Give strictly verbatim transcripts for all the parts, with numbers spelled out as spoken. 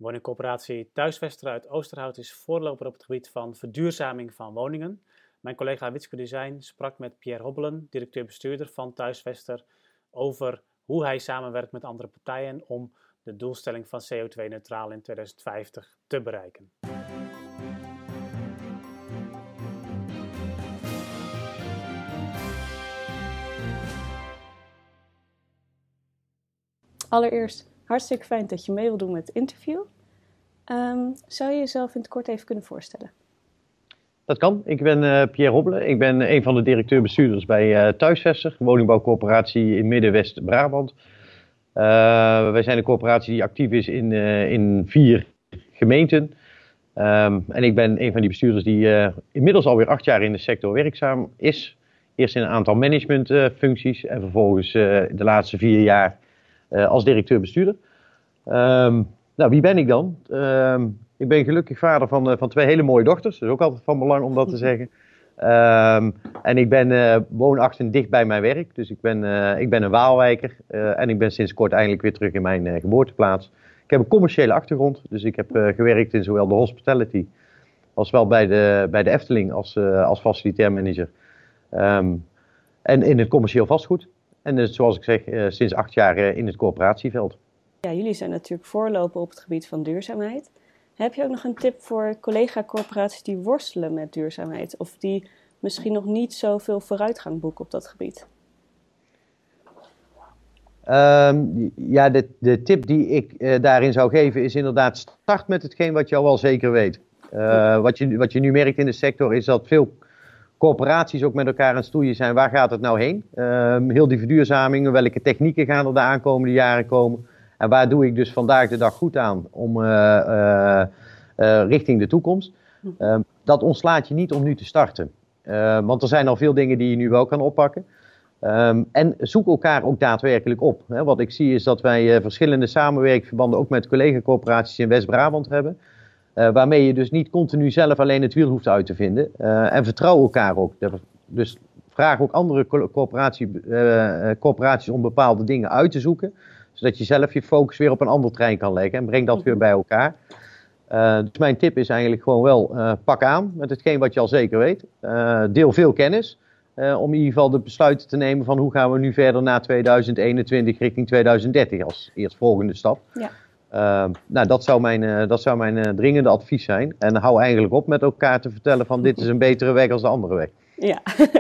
Woningcorporatie Thuisvester uit Oosterhout is voorloper op het gebied van verduurzaming van woningen. Mijn collega Witske Design sprak met Pierre Hobbelen, directeur-bestuurder van Thuisvester, over hoe hij samenwerkt met andere partijen om de doelstelling van C O twee neutraal in tweeduizend vijftig te bereiken. Allereerst hartstikke fijn dat je mee wil doen met het interview. Um, zou je jezelf in het kort even kunnen voorstellen? Dat kan. Ik ben uh, Pierre Hobbelen. Ik ben een van de directeur-bestuurders bij uh, Thuisvester, woningbouwcorporatie in Midden-West-Brabant. Uh, wij zijn een corporatie die actief is in, uh, in vier gemeenten. Um, en ik ben een van die bestuurders die uh, inmiddels alweer acht jaar in de sector werkzaam is. Eerst in een aantal managementfuncties uh, en vervolgens uh, de laatste vier jaar uh, als directeur-bestuurder. Um, nou, wie ben ik dan? Um, ik ben gelukkig vader van, uh, van twee hele mooie dochters. Dat is ook altijd van belang om dat te zeggen. Um, en ik ben uh, woonachtig dicht bij mijn werk. Dus ik ben, uh, ik ben een Waalwijker. Uh, en ik ben sinds kort eindelijk weer terug in mijn uh, geboorteplaats. Ik heb een commerciële achtergrond. Dus ik heb uh, gewerkt in zowel de hospitality als wel bij de, bij de Efteling als, uh, als facilitair manager. Um, en in het commercieel vastgoed. En dus, zoals ik zeg, uh, sinds acht jaar uh, in het corporatieveld. Ja, jullie zijn natuurlijk voorloper op het gebied van duurzaamheid. Heb je ook nog een tip voor collega-corporaties die worstelen met duurzaamheid? Of die misschien nog niet zoveel vooruitgang boeken op dat gebied? Um, ja, de, de tip die ik uh, daarin zou geven is inderdaad start met hetgeen wat je al wel zeker weet. Uh, wat, je, wat je nu merkt in de sector is dat veel corporaties ook met elkaar aan het stoeien zijn. Waar gaat het nou heen? Uh, heel die verduurzamingen, welke technieken gaan er de aankomende jaren komen? En waar doe ik dus vandaag de dag goed aan om uh, uh, uh, richting de toekomst? Uh, dat ontslaat je niet om nu te starten. Uh, want er zijn al veel dingen die je nu wel kan oppakken. Um, en zoek elkaar ook daadwerkelijk op. Hè. Wat ik zie is dat wij uh, verschillende samenwerkingsverbanden ook met collega-corporaties in West-Brabant hebben. Uh, waarmee je dus niet continu zelf alleen het wiel hoeft uit te vinden. Uh, en vertrouw elkaar ook. Dus vraag ook andere corporatie, uh, corporaties om bepaalde dingen uit te zoeken. Zodat je zelf je focus weer op een ander trein kan leggen. En breng dat weer bij elkaar. Uh, dus mijn tip is eigenlijk gewoon wel uh, pak aan met hetgeen wat je al zeker weet. Uh, deel veel kennis. Uh, om in ieder geval de besluiten te nemen van hoe gaan we nu verder na tweeduizend eenentwintig richting tweeduizend dertig als eerstvolgende stap. Ja. Uh, nou, dat zou mijn, uh, dat zou mijn uh, dringende advies zijn. En hou eigenlijk op met elkaar te vertellen van dit is een betere weg als de andere weg. Ja,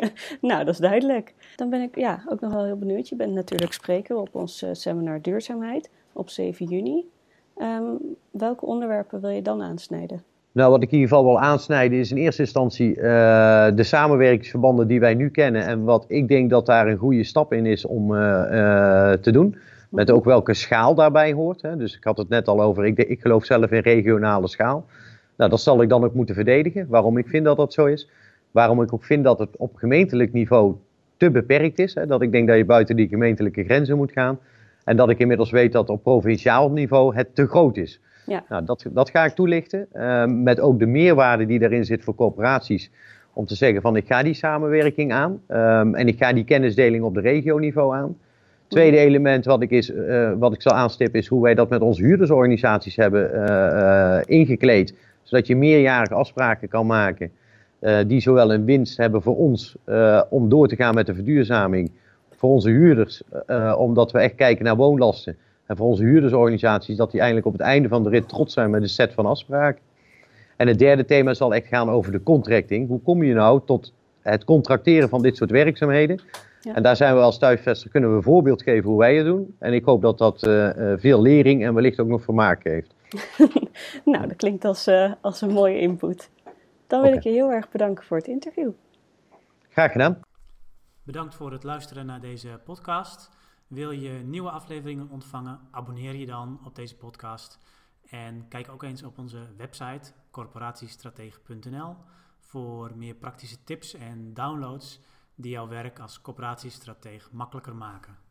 nou dat is duidelijk. Dan ben ik ja, ook nog wel heel benieuwd. Je bent natuurlijk spreker op ons uh, seminar Duurzaamheid op zeven juni. Um, welke onderwerpen wil je dan aansnijden? Nou, wat ik in ieder geval wil aansnijden is in eerste instantie uh, de samenwerkingsverbanden die wij nu kennen. En wat ik denk dat daar een goede stap in is om uh, uh, te doen. Met ook welke schaal daarbij hoort. Hè. Dus ik had het net al over, ik, ik geloof zelf in regionale schaal. Nou, dat zal ik dan ook moeten verdedigen. Waarom ik vind dat dat zo is. Waarom ik ook vind dat het op gemeentelijk niveau te beperkt is. Hè. Dat ik denk dat je buiten die gemeentelijke grenzen moet gaan. En dat ik inmiddels weet dat op provinciaal niveau het te groot is. Ja. Nou, dat, dat ga ik toelichten. Uh, met ook de meerwaarde die daarin zit voor corporaties. Om te zeggen van ik ga die samenwerking aan. Um, en ik ga die kennisdeling op de regioniveau aan. Tweede element wat ik, is, uh, wat ik zal aanstippen is hoe wij dat met onze huurdersorganisaties hebben uh, uh, ingekleed. Zodat je meerjarige afspraken kan maken. Uh, die zowel een winst hebben voor ons uh, om door te gaan met de verduurzaming. Voor onze huurders, uh, omdat we echt kijken naar woonlasten. En voor onze huurdersorganisaties dat die eindelijk op het einde van de rit trots zijn met een set van afspraken. En het derde thema zal echt gaan over de contracting. Hoe kom je nou tot het contracteren van dit soort werkzaamheden? Ja. En daar zijn we als Thuisvester, kunnen we een voorbeeld geven hoe wij het doen. En ik hoop dat dat uh, uh, veel lering en wellicht ook nog vermaak heeft. Nou, dat klinkt als, uh, als een mooie input. Dan wil okay. ik je heel erg bedanken voor het interview. Graag gedaan. Bedankt voor het luisteren naar deze podcast. Wil je nieuwe afleveringen ontvangen? Abonneer je dan op deze podcast. En kijk ook eens op onze website corporatiestratege punt n l voor meer praktische tips en downloads die jouw werk als corporatiestratege makkelijker maken.